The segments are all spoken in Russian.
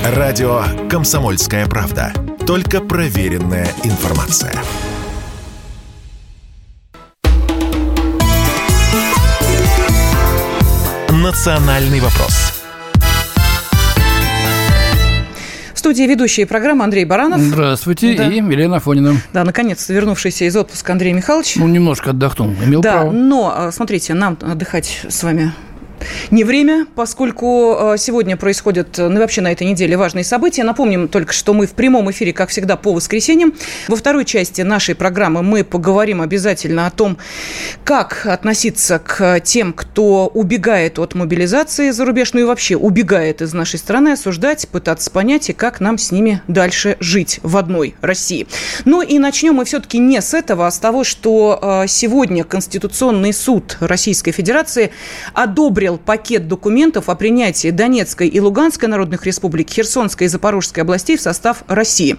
Радио «Комсомольская правда». Только проверенная информация. «Национальный вопрос». В студии ведущие программы Андрей Баранов. Здравствуйте, да. И Елена Афонина. Да, наконец-то вернувшийся из отпуска Андрей Михайлович. Немножко отдохнул, имел право. Да, но, смотрите, нам отдыхать с вами не время, поскольку сегодня происходят, вообще на этой неделе важные события. Напомним только, что мы в прямом эфире, как всегда, по воскресеньям. Во второй части нашей программы мы поговорим обязательно о том, как относиться к тем, кто убегает от мобилизации за рубеж, и вообще убегает из нашей страны, осуждать, пытаться понять, и как нам с ними дальше жить в одной России. И начнем мы все-таки не с этого, а с того, что сегодня Конституционный суд Российской Федерации одобрил пакет документов о принятии Донецкой и Луганской народных республик, Херсонской и Запорожской областей в состав России.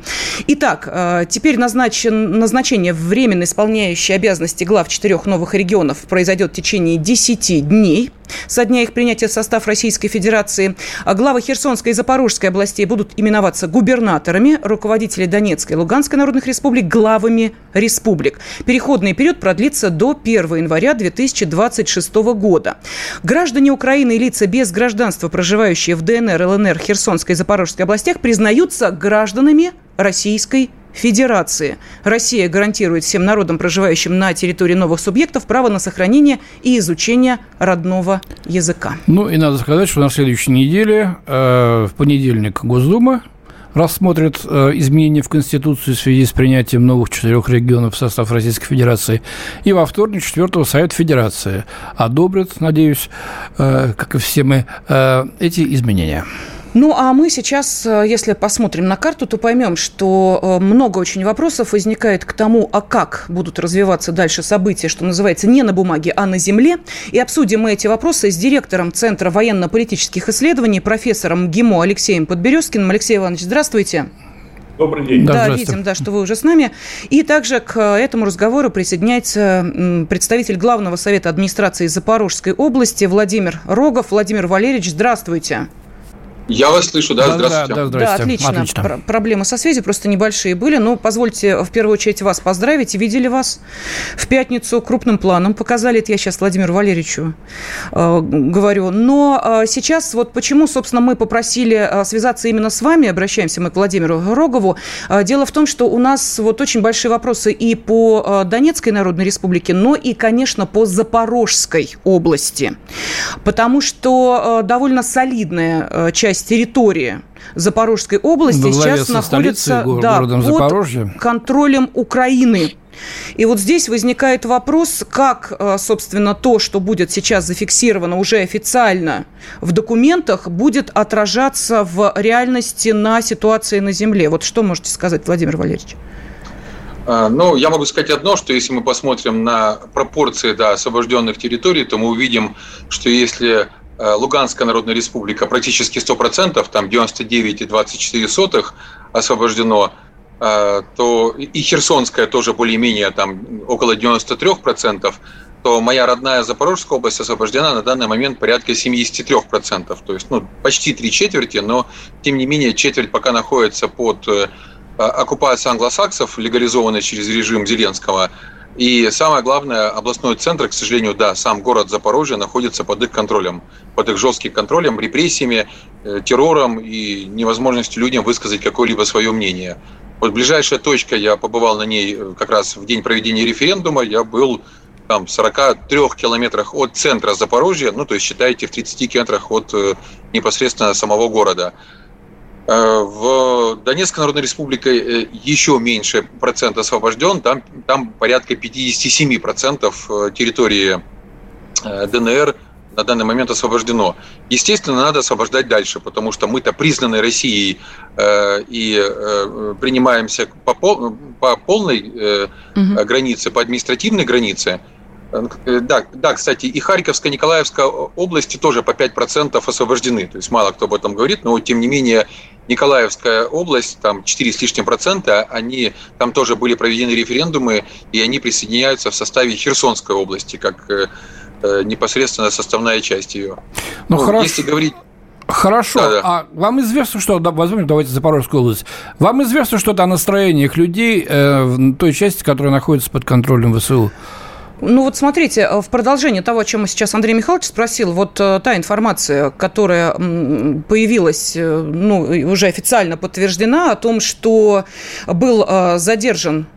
Итак, теперь назначение временно исполняющей обязанности глав 4 новых регионов произойдет в течение 10 дней со дня их принятия в состав Российской Федерации. Главы Херсонской и Запорожской областей будут именоваться губернаторами, руководители Донецкой и Луганской народных республик – главами республик. Переходный период продлится до 1 января 2026 года. Граждане Украины и лица без гражданства, проживающие в ДНР, ЛНР, Херсонской и Запорожской областях, признаются гражданами Российской Федерации. Россия гарантирует всем народам, проживающим на территории новых субъектов, право на сохранение и изучение родного языка. И надо сказать, что на следующей неделе, в понедельник, Госдума рассмотрит изменения в Конституцию в связи с принятием новых 4 регионов в состав Российской Федерации. И во вторник, 4-го, Совет Федерации одобрит, надеюсь, как и все мы, эти изменения. А мы сейчас, если посмотрим на карту, то поймем, что много очень вопросов возникает к тому, как будут развиваться дальше события, что называется, не на бумаге, а на земле. И обсудим мы эти вопросы с директором Центра военно-политических исследований, профессором ГИМО Алексеем Подберезкиным. Алексей Иванович, здравствуйте. Добрый день. Да, видим, что вы уже с нами. И также к этому разговору присоединяется представитель Главного совета администрации Запорожской области Владимир Рогов. Владимир Валерьевич, здравствуйте. Я вас слышу, здравствуйте. Да, отлично. Проблемы со связью просто небольшие были. Позвольте в первую очередь вас поздравить. Видели вас в пятницу крупным планом. Показали, это я сейчас Владимиру Валерьевичу говорю. Но сейчас почему, собственно, мы попросили связаться именно с вами, обращаемся мы к Владимиру Рогову. Дело в том, что у нас очень большие вопросы и по Донецкой Народной Республике, но и, конечно, по Запорожской области. Потому что довольно солидная часть территории Запорожской области сейчас находится под контролем Украины. И здесь возникает вопрос, как, собственно, то, что будет сейчас зафиксировано уже официально в документах, будет отражаться в реальности на ситуации на земле. Что можете сказать, Владимир Валерьевич? Я могу сказать одно, что если мы посмотрим на пропорции освобожденных территорий, то мы увидим, что если Луганская Народная Республика практически 100%, там 99,24 освобождено, то и Херсонская тоже более-менее там около 93%, то моя родная Запорожская область освобождена на данный момент порядка 73%. То есть почти 3/4, но тем не менее четверть пока находится под оккупацией англосаксов, легализованной через режим Зеленского. И самое главное, областной центр, к сожалению, сам город Запорожье находится под их контролем, под их жестким контролем, репрессиями, террором и невозможностью людям высказать какое-либо свое мнение. Ближайшая точка, я побывал на ней как раз в день проведения референдума, я был в 43 километрах от центра Запорожья, то есть считайте в 30 километрах от непосредственно самого города. В Донецкой Народной Республике еще меньше процент освобожден, там порядка 57% территории ДНР на данный момент освобождено. Естественно, надо освобождать дальше, потому что мы-то признаны Россией и принимаемся по полной границе, по административной границе. Да, кстати, и Харьковская, Николаевская области тоже по 5% освобождены. То есть мало кто об этом говорит, но тем не менее Николаевская область, там 4 с лишним процента, там тоже были проведены референдумы, и они присоединяются в составе Херсонской области, как непосредственно составная часть ее. Хорошо. Если говорить... Хорошо. Да. А вам известно, что, возьмем, давайте Запорожскую область, вам известно что-то о настроениях людей в той части, которая находится под контролем ВСУ? Ну вот смотрите, в продолжение того, о чем сейчас Андрей Михайлович спросил, вот та информация, которая появилась, ну, уже официально подтверждена, о том, что был задержан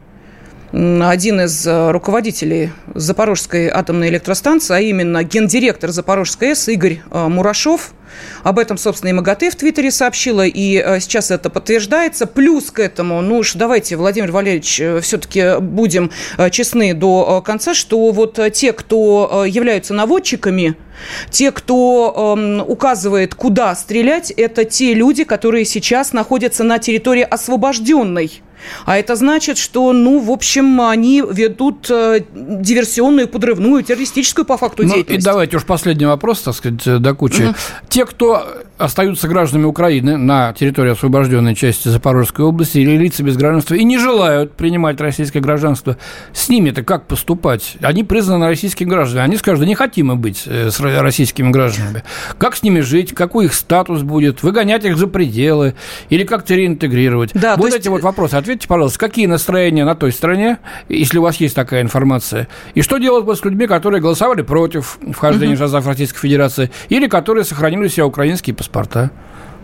один из руководителей Запорожской атомной электростанции, а именно гендиректор Запорожской АЭС Игорь Мурашов. Об этом, собственно, и МАГАТЭ в Твиттере сообщила, и сейчас это подтверждается. Плюс к этому, ну уж давайте, Владимир Валерьевич, все-таки будем честны до конца, что вот те, кто являются наводчиками, те, кто указывает, куда стрелять, это те люди, которые сейчас находятся на территории освобожденной. А это значит, что, ну, в общем, они ведут диверсионную, подрывную, террористическую по факту деятельность. И давайте уж последний вопрос, так сказать, до кучи. Те, кто остаются гражданами Украины на территории освобожденной части Запорожской области или лица без гражданства и не желают принимать российское гражданство, с ними-то как поступать? Они признаны российскими гражданами. Они скажут, да не хотим мы быть с российскими гражданами. Как с ними жить? Какой их статус будет? Выгонять их за пределы? Или как-то реинтегрировать? Да, вот эти вот вопросы. Ответьте, пожалуйста, какие настроения на той стороне, если у вас есть такая информация? И что делать с людьми, которые голосовали против вхождения в состав Российской Федерации или которые сохранили себе украинские паспорта?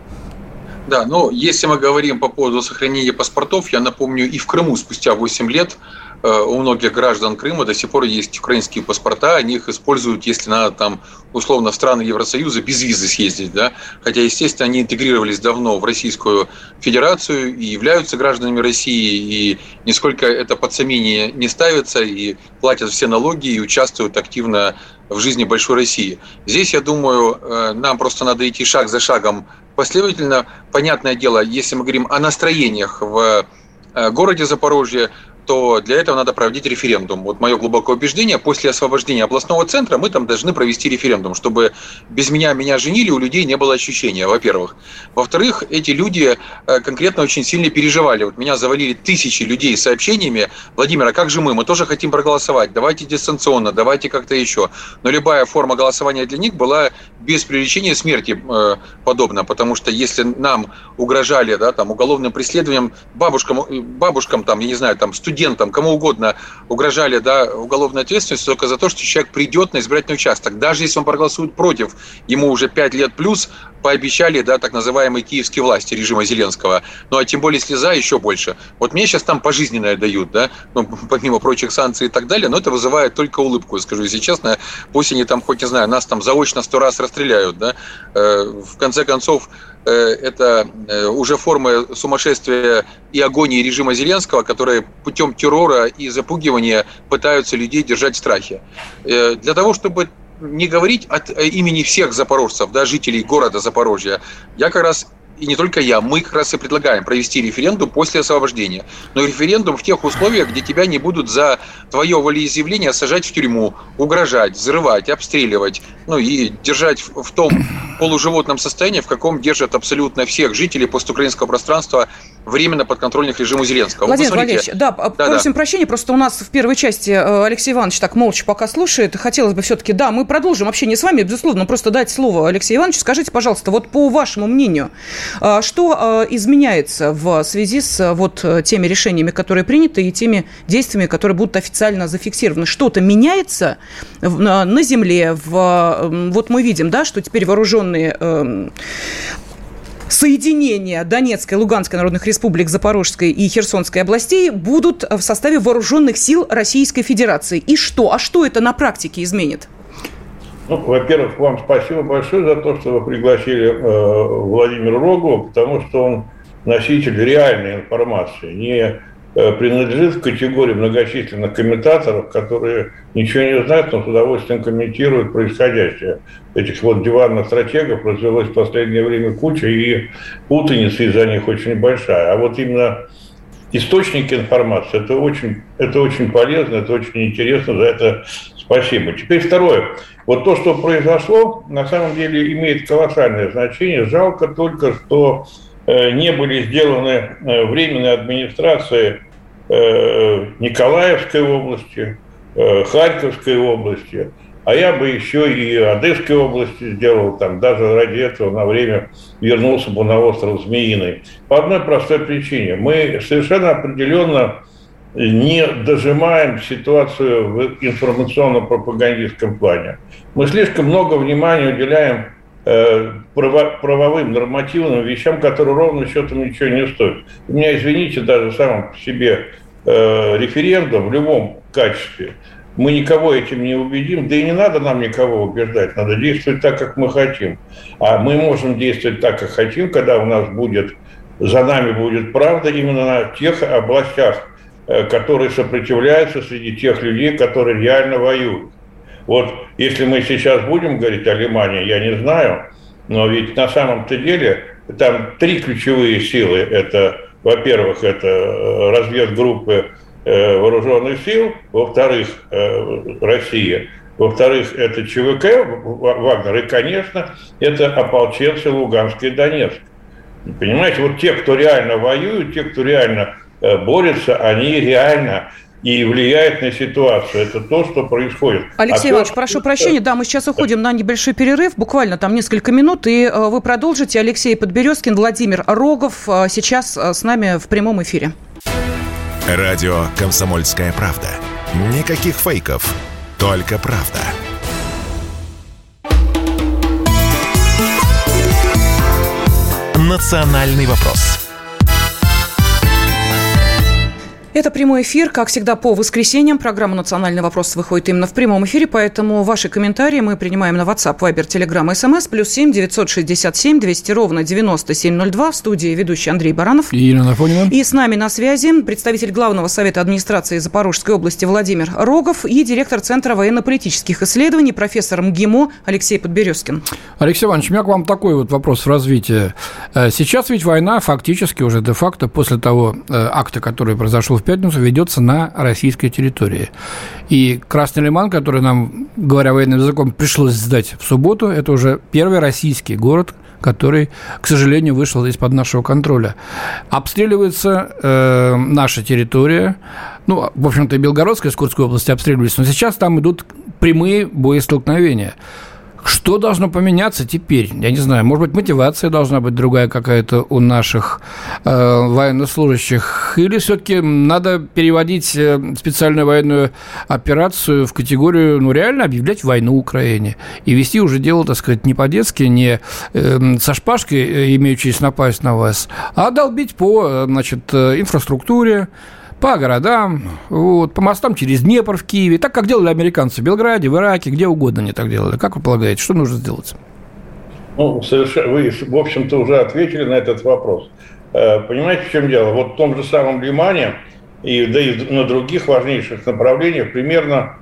Да, но если мы говорим по поводу сохранения паспортов, я напомню, и в Крыму спустя 8 лет у многих граждан Крыма до сих пор есть украинские паспорта, они их используют, если надо там условно в страны Евросоюза без визы съездить, да, хотя, естественно, они интегрировались давно в Российскую Федерацию и являются гражданами России, и нисколько это под сомнение не ставится, и платят все налоги, и участвуют активно в жизни большой России. Здесь, я думаю, нам просто надо идти шаг за шагом последовательно. Понятное дело, если мы говорим о настроениях в городе Запорожье, то для этого надо проводить референдум. Вот мое глубокое убеждение, после освобождения областного центра мы там должны провести референдум, чтобы без меня женили, у людей не было ощущения, во-первых. Во-вторых, эти люди конкретно очень сильно переживали. Вот меня завалили тысячи людей сообщениями: Владимир, а как же мы тоже хотим проголосовать, давайте дистанционно, давайте как-то еще. Но любая форма голосования для них была без привлечения смерти подобна, потому что если нам угрожали, да, там, уголовным преследованием, бабушкам там, я не знаю, там, студентам, кому угодно угрожали, да, уголовной ответственностью только за то, что человек придет на избирательный участок. Даже если он проголосует против, ему уже 5 лет плюс пообещали, да, так называемые киевские власти режима Зеленского. Ну, а тем более, если за, еще больше. Вот мне сейчас там пожизненное дают, да, ну, помимо прочих санкций и так далее, но это вызывает только улыбку, скажу если честно. Пусть они там, хоть не знаю, нас там заочно 100 раз расстреляют, да. В конце концов, это уже формы сумасшествия и агонии режима Зеленского, которые путем террора и запугивания пытаются людей держать в страхе. Для того, чтобы не говорить от имени всех запорожцев, да, жителей города Запорожья, я как раз, и не только я, мы как раз и предлагаем провести референдум после освобождения. Но референдум в тех условиях, где тебя не будут за твое волеизъявление сажать в тюрьму, угрожать, взрывать, обстреливать, ну и держать в том полуживотном состоянии, в каком держат абсолютно всех жителей постукраинского пространства, временно подконтрольных режиму Зеленского. Владимир Валерьевич, просим прощения, просто у нас в первой части Алексей Иванович так молча пока слушает. Хотелось бы все-таки, да, мы продолжим общение с вами, безусловно, просто дать слово Алексею Ивановичу. Скажите, пожалуйста, вот по вашему мнению, что изменяется в связи с вот теми решениями, которые приняты, и теми действиями, которые будут официально зафиксированы? Что-то меняется на земле? Вот мы видим, да, что теперь вооруженные соединения Донецкой, Луганской народных республик, Запорожской и Херсонской областей будут в составе вооруженных сил Российской Федерации. И что? А что это на практике изменит? Ну, во-первых, вам спасибо большое за то, что вы пригласили Владимира Рогова, потому что он носитель реальной информации, не принадлежит к категории многочисленных комментаторов, которые ничего не знают, но с удовольствием комментируют происходящее. Этих вот диванных стратегов развелось в последнее время куча, и путаница из-за них очень большая. А вот именно источники информации, это очень полезно, это очень интересно, за это спасибо. Теперь второе. Вот то, что произошло, на самом деле имеет колоссальное значение. Жалко только, что не были сделаны временные администрации Николаевской области, Харьковской области, а я бы еще и Одесской области сделал, там, даже ради этого на время вернулся бы на остров Змеиный. По одной простой причине. Мы совершенно определенно не дожимаем ситуацию в информационно-пропагандистском плане. Мы слишком много внимания уделяем правовым, нормативным вещам, которые ровно счетом ничего не стоят. У меня, извините, даже самым по себе референдум в любом качестве, мы никого этим не убедим, да и не надо нам никого убеждать, надо действовать так, как мы хотим. А мы можем действовать так, как хотим, когда у нас будет, за нами будет правда именно на тех областях, которые сопротивляются среди тех людей, которые реально воюют. Вот если мы сейчас будем говорить о Лимане, я не знаю, но ведь на самом-то деле там три ключевые силы. Это, во-первых, это разведгруппы вооруженных сил, во-вторых, Россия, во-вторых, это ЧВК, Вагнер, и, конечно, это ополченцы Луганска и Донецка. Понимаете, вот те, кто реально воюют, те, кто реально борются, они реально и влияет на ситуацию. Это то, что происходит. Алексей Иванович, прошу прощения, да, мы сейчас уходим на небольшой перерыв, буквально там несколько минут, и вы продолжите. Алексей Подберезкин, Владимир Рогов сейчас с нами в прямом эфире. Радио «Комсомольская правда». Никаких фейков, только правда. «Национальный вопрос». Это прямой эфир, как всегда, по воскресеньям. Программа «Национальный вопрос» выходит именно в прямом эфире, поэтому ваши комментарии мы принимаем на WhatsApp, Viber, Telegram, SMS, +7 967 200 ровно 9702. В студии ведущий Андрей Баранов. И Елена Афонина. И с нами на связи представитель Главного совета администрации Запорожской области Владимир Рогов и директор Центра военно-политических исследований, профессор МГИМО Алексей Подберезкин. Алексей Иванович, у меня к вам такой вот вопрос в развитии. Сейчас ведь война фактически уже де-факто после того акта, который произошел в пятницу, ведется на российской территории. И Красный Лиман, который нам, говоря военным языком, пришлось сдать в субботу, это уже первый российский город, который, к сожалению, вышел из-под нашего контроля. Обстреливается наша территория. Ну, в общем-то, и Белгородская, и Курской области обстреливались, но сейчас там идут прямые боестолкновения. Что должно поменяться теперь? Я не знаю, может быть, мотивация должна быть другая какая-то у наших военнослужащих? Или все-таки надо переводить специальную военную операцию в категорию, ну, реально объявлять войну Украине и вести уже дело, так сказать, не по-детски, не со шпажкой, имеющейся напасть на вас, а долбить по, значит, инфраструктуре, по городам, вот, по мостам через Днепр в Киеве, так, как делали американцы в Белграде, в Ираке, где угодно они так делали. Как вы полагаете, что нужно сделать? Ну, совершенно, вы, в общем-то, уже ответили на этот вопрос. Понимаете, в чем дело? Вот в том же самом Лимане, да и на других важнейших направлениях примерно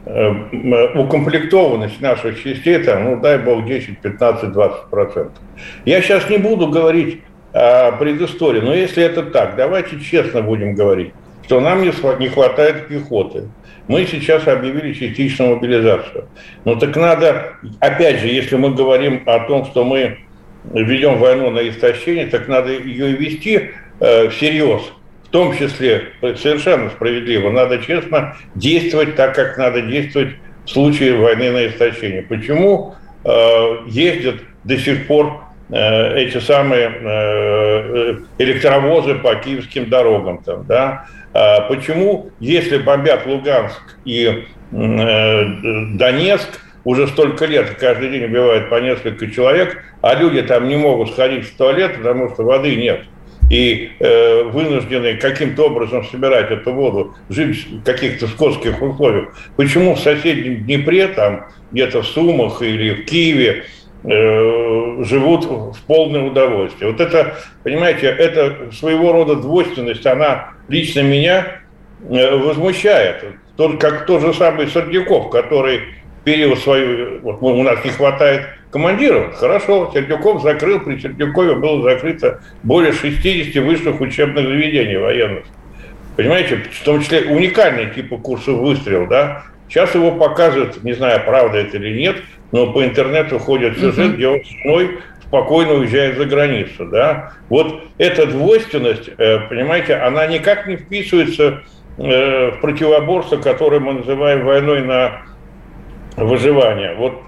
укомплектованность наших частей, там, ну, дай бог, 10, 15, 20%. Я сейчас не буду говорить о предыстории, но если это так, давайте честно будем говорить, что нам не хватает пехоты. Мы сейчас объявили частичную мобилизацию. Ну так надо, опять же, если мы говорим о том, что мы ведем войну на истощение, так надо ее вести всерьез. В том числе, совершенно справедливо, надо честно действовать так, как надо действовать в случае войны на истощение. Почему ездят до сих пор эти самые электровозы по киевским дорогам, там, да? Почему, если бомбят Луганск и Донецк уже столько лет, каждый день убивают по несколько человек, а люди там не могут сходить в туалет, потому что воды нет, и вынуждены каким-то образом собирать эту воду, жить в каких-то скотских условиях. Почему в соседнем Днепре, там где-то в Сумах или в Киеве, живут в полное удовольствие? Вот это, понимаете, это своего рода двойственность, она лично меня возмущает. Как тот же самый Сердюков, который в период свою... Вот у нас не хватает командиров. Хорошо, Сердюков закрыл, при Сердюкове было закрыто более 60 высших учебных заведений военных. Понимаете, в том числе уникальные типы курсов выстрел, да? Сейчас его показывают, не знаю, правда это или нет, но по интернету ходит сюжет, где он с женой спокойно уезжает за границу, да. Вот эта двойственность, понимаете, она никак не вписывается в противоборство, которое мы называем войной на выживания. Вот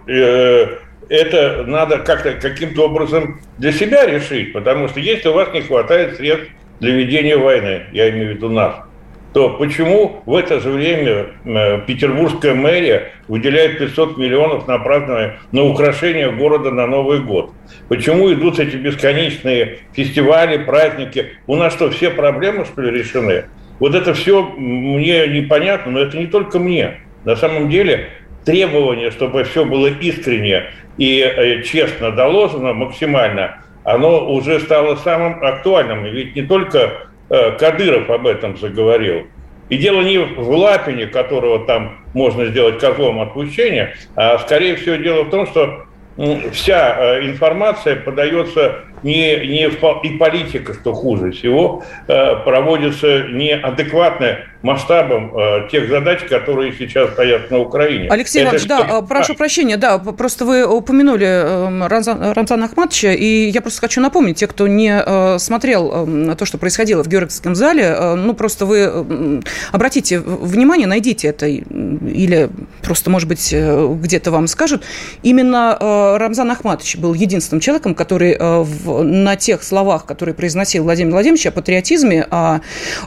это надо как-то каким-то образом для себя решить, потому что если у вас не хватает средств для ведения войны, я имею в виду нас, то почему в это же время петербургская мэрия выделяет 500 миллионов на празднование, на украшение города на Новый год? Почему идут эти бесконечные фестивали, праздники? У нас что, все проблемы, что ли, решены? Вот это все мне непонятно, но это не только мне. На самом деле требование, чтобы все было искренне и честно доложено максимально, оно уже стало самым актуальным. И ведь не только Кадыров об этом заговорил. И дело не в Лапине, которого там можно сделать козлом отпущения, а скорее всего дело в том, что вся информация подается и политика, что хуже всего, проводится неадекватно масштабом тех задач, которые сейчас стоят на Украине. Алексей Иванович, прошу прощения, просто вы упомянули Рамзана Ахматовича, и я просто хочу напомнить, те, кто не смотрел то, что происходило в Георгиевском зале, просто вы обратите внимание, найдите это, или просто, может быть, где-то вам скажут. Именно Рамзан Ахматович был единственным человеком, который на тех словах, которые произносил Владимир Владимирович, о патриотизме, о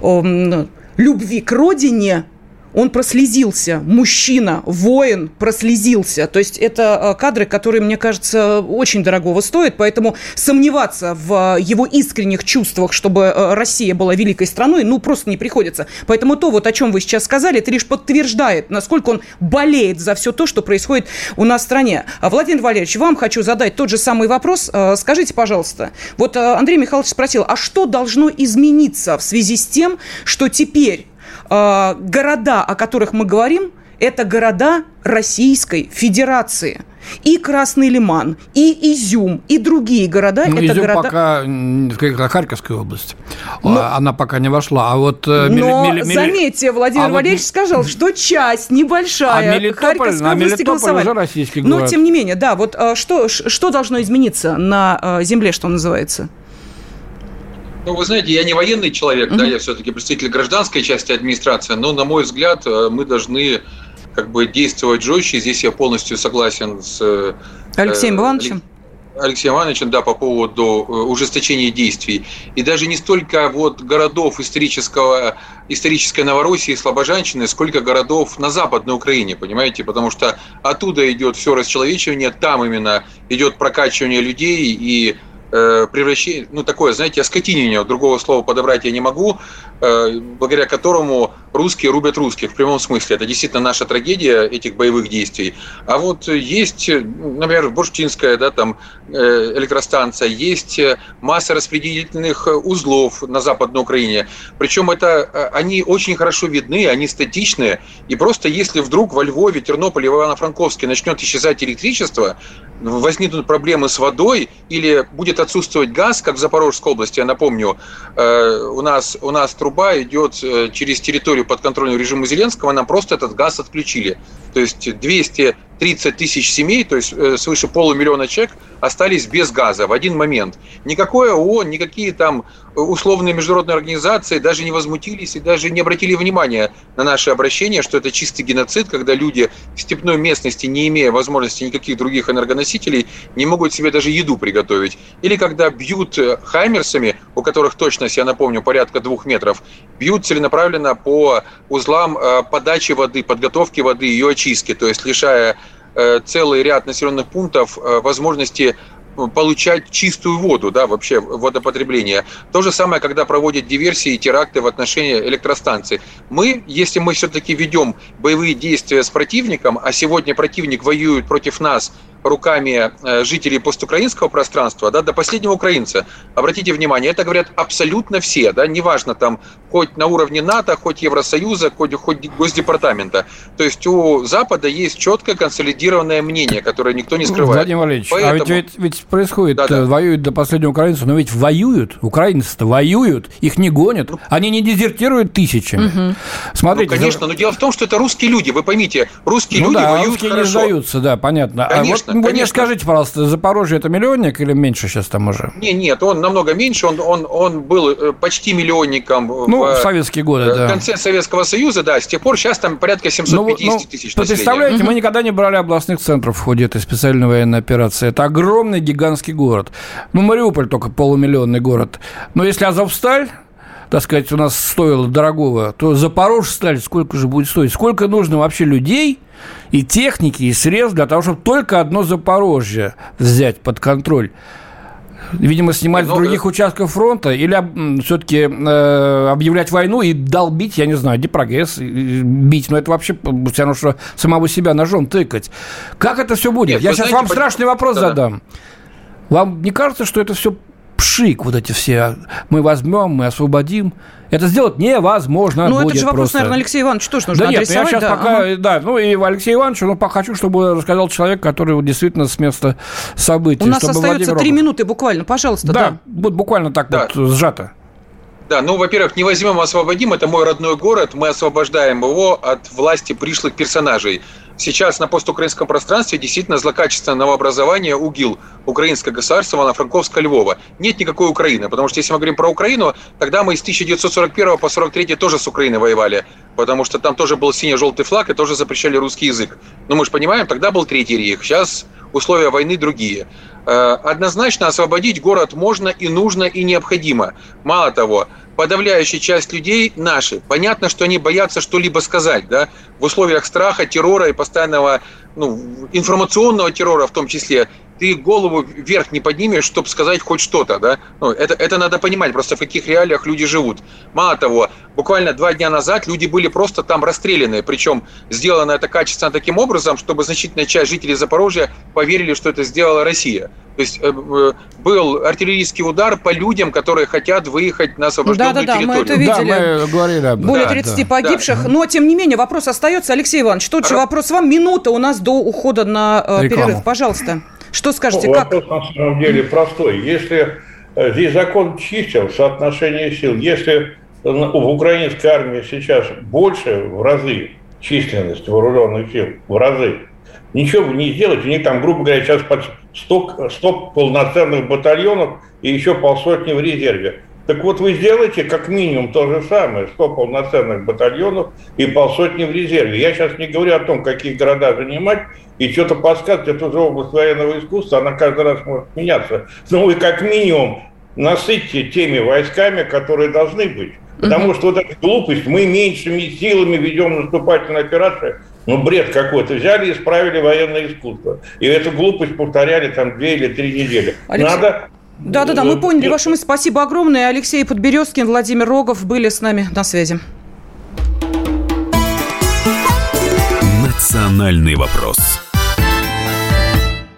любви к родине, он прослезился. Мужчина, воин прослезился. То есть это кадры, которые, мне кажется, очень дорогого стоят, поэтому сомневаться в его искренних чувствах, чтобы Россия была великой страной, просто не приходится. Поэтому то, о чем вы сейчас сказали, это лишь подтверждает, насколько он болеет за все то, что происходит у нас в стране. Владимир Валерьевич, вам хочу задать тот же самый вопрос. Скажите, пожалуйста, Андрей Михайлович спросил, а что должно измениться в связи с тем, что теперь города, о которых мы говорим, это города Российской Федерации. И Красный Лиман, и Изюм, и другие города. Это Изюм города... пока Харьковская область. Она пока не вошла. Заметьте, Владимир Валерьевич сказал, что часть небольшая Харьковской области голосовали. Уже российский город. Но, тем не менее, что должно измениться на земле, что называется? Вы знаете, я не военный человек, я все-таки представитель гражданской части администрации, но, на мой взгляд, мы должны действовать жестче. Здесь я полностью согласен с Алексеем Ивановичем. Алексеем Ивановичем, по поводу ужесточения действий. И даже не столько городов исторической Новороссии и Слобожанщины, сколько городов на Западной Украине, понимаете? Потому что оттуда идет все расчеловечивание, там именно идет прокачивание людей и превращение, такое, оскотинение, другого слова подобрать я не могу, благодаря которому русские рубят русских в прямом смысле. Это действительно наша трагедия этих боевых действий. А есть, например, Бурштинская, электростанция, есть масса распределительных узлов на Западной Украине. Причем они очень хорошо видны, они статичные. И просто если вдруг во Львове, Тернополе, в Ивано-Франковске начнет исчезать электричество, возникнут проблемы с водой или будет отсутствовать газ, как в Запорожской области, я напомню, у нас труба идет через территорию подконтрольную режиму Зеленского, нам просто этот газ отключили. То есть 230 тысяч семей, то есть свыше 500 000 человек остались без газа в один момент. Никакое ООН, никакие там условные международные организации даже не возмутились и даже не обратили внимания на наши обращения, что это чистый геноцид, когда люди в степной местности, не имея возможности никаких других энергоносителей, не могут себе даже еду приготовить. Или когда бьют хаймерсами, у которых точность, я напомню, порядка 2 метров, бьют целенаправленно по узлам подачи воды, подготовки воды, ее очистки, то есть лишая целый ряд населенных пунктов возможности получать чистую воду, вообще водопотребление. То же самое, когда проводят диверсии и теракты в отношении электростанций. Если мы все-таки ведем боевые действия с противником, а сегодня противник воюет против нас руками жителей постукраинского пространства, до последнего украинца. Обратите внимание, это говорят абсолютно все, неважно хоть на уровне НАТО, хоть Евросоюза, хоть Госдепартамента. То есть у Запада есть четкое консолидированное мнение, которое никто не скрывает. Владимир Валерьевич, поэтому... ведь происходит, воюют до последнего украинца, но ведь воюют, украинцы-то воюют, их не гонят, они не дезертируют тысячами. Смотрите, конечно, но дело в том, что это русские люди, вы поймите, русские люди воюют русские хорошо. Не сдаются, понятно. Конечно. конечно. Вы мне скажите, пожалуйста, Запорожье – это миллионник или меньше сейчас там уже? Нет, он намного меньше. Он был почти миллионником в советские годы, в конце Советского Союза, да. С тех пор сейчас там порядка 750 тысяч населения. Представляете, мы никогда не брали областных центров в ходе этой специальной военной операции. Это огромный гигантский город. Мариуполь только полумиллионный город. Но если Азовсталь, так сказать, у нас стоило дорогого, то Запорожсталь сколько же будет стоить? Сколько нужно вообще людей и техники, и средств для того, чтобы только одно Запорожье взять под контроль? Видимо, снимать с других участков фронта или все-таки объявлять войну и долбить, я не знаю, Днепрогэс, бить. Но это вообще все равно, что самого себя ножом тыкать. Как это все будет? Я сейчас вам страшный вопрос задам. Вам не кажется, что это все пшик, вот эти все, мы возьмем, мы освободим? Это сделать невозможно. Ну, это же вопрос, просто, наверное, Алексею Ивановичу тоже нужно адресовать. Я сейчас и Алексею Ивановичу, хочу, чтобы рассказал человек, который действительно с места событий. У нас остается 3 минуты буквально, пожалуйста. Да, вот буквально так сжато. Да, во-первых, не возьмем, освободим. Это мой родной город. Мы освобождаем его от власти пришлых персонажей. Сейчас на постукраинском пространстве действительно злокачественное новообразование УГИЛ, Украинское государство Ивано-Франковска-Львова. Нет никакой Украины, потому что если мы говорим про Украину, тогда мы с 1941 по 1943 тоже с Украиной воевали, потому что там тоже был сине-желтый флаг и тоже запрещали русский язык. Но мы же понимаем, тогда был Третий рейх, сейчас условия войны другие. Однозначно освободить город можно и нужно и необходимо. Мало того, подавляющая часть людей наши. Понятно, что они боятся что-либо сказать, да, в условиях страха, террора и постоянного информационного террора в том числе. Ты голову вверх не поднимешь, чтобы сказать хоть что-то, да. Это надо понимать, просто в каких реалиях люди живут. Мало того, буквально 2 дня назад люди были просто там расстреляны, причем сделано это качественно таким образом, чтобы значительная часть жителей Запорожья поверили, что это сделала Россия. То есть был артиллерийский удар по людям, которые хотят выехать на освобожденную территорию. Мы это видели. Да, мы говорили об этом. Более 30 погибших. Да. Но, тем не менее, вопрос остается. Алексей Иванович, тот же вопрос вам. Минута у нас до ухода на перерыв. Пожалуйста. Что скажете? Вопрос на самом деле простой. Если здесь закон чисел, соотношение сил, если в украинской армии сейчас больше в разы численность вооруженных сил, в разы, ничего вы не сделаете. У них там, грубо говоря, сейчас под 100 полноценных батальонов и еще 50 в резерве. Так вот, вы сделаете как минимум то же самое, 100 полноценных батальонов и 50 в резерве. Я сейчас не говорю о том, какие города занимать, и что-то подсказывать, это же область военного искусства, она каждый раз может меняться. Но вы как минимум насытьте теми войсками, которые должны быть. Потому что вот эта глупость, мы меньшими силами ведем наступательные операции, бред какой-то. Взяли и исправили военное искусство. И эту глупость повторяли там 2 или 3 недели. Надо... Да, мы поняли вашу мысль. Спасибо огромное. Алексей Подберезкин, Владимир Рогов были с нами на связи. Национальный вопрос.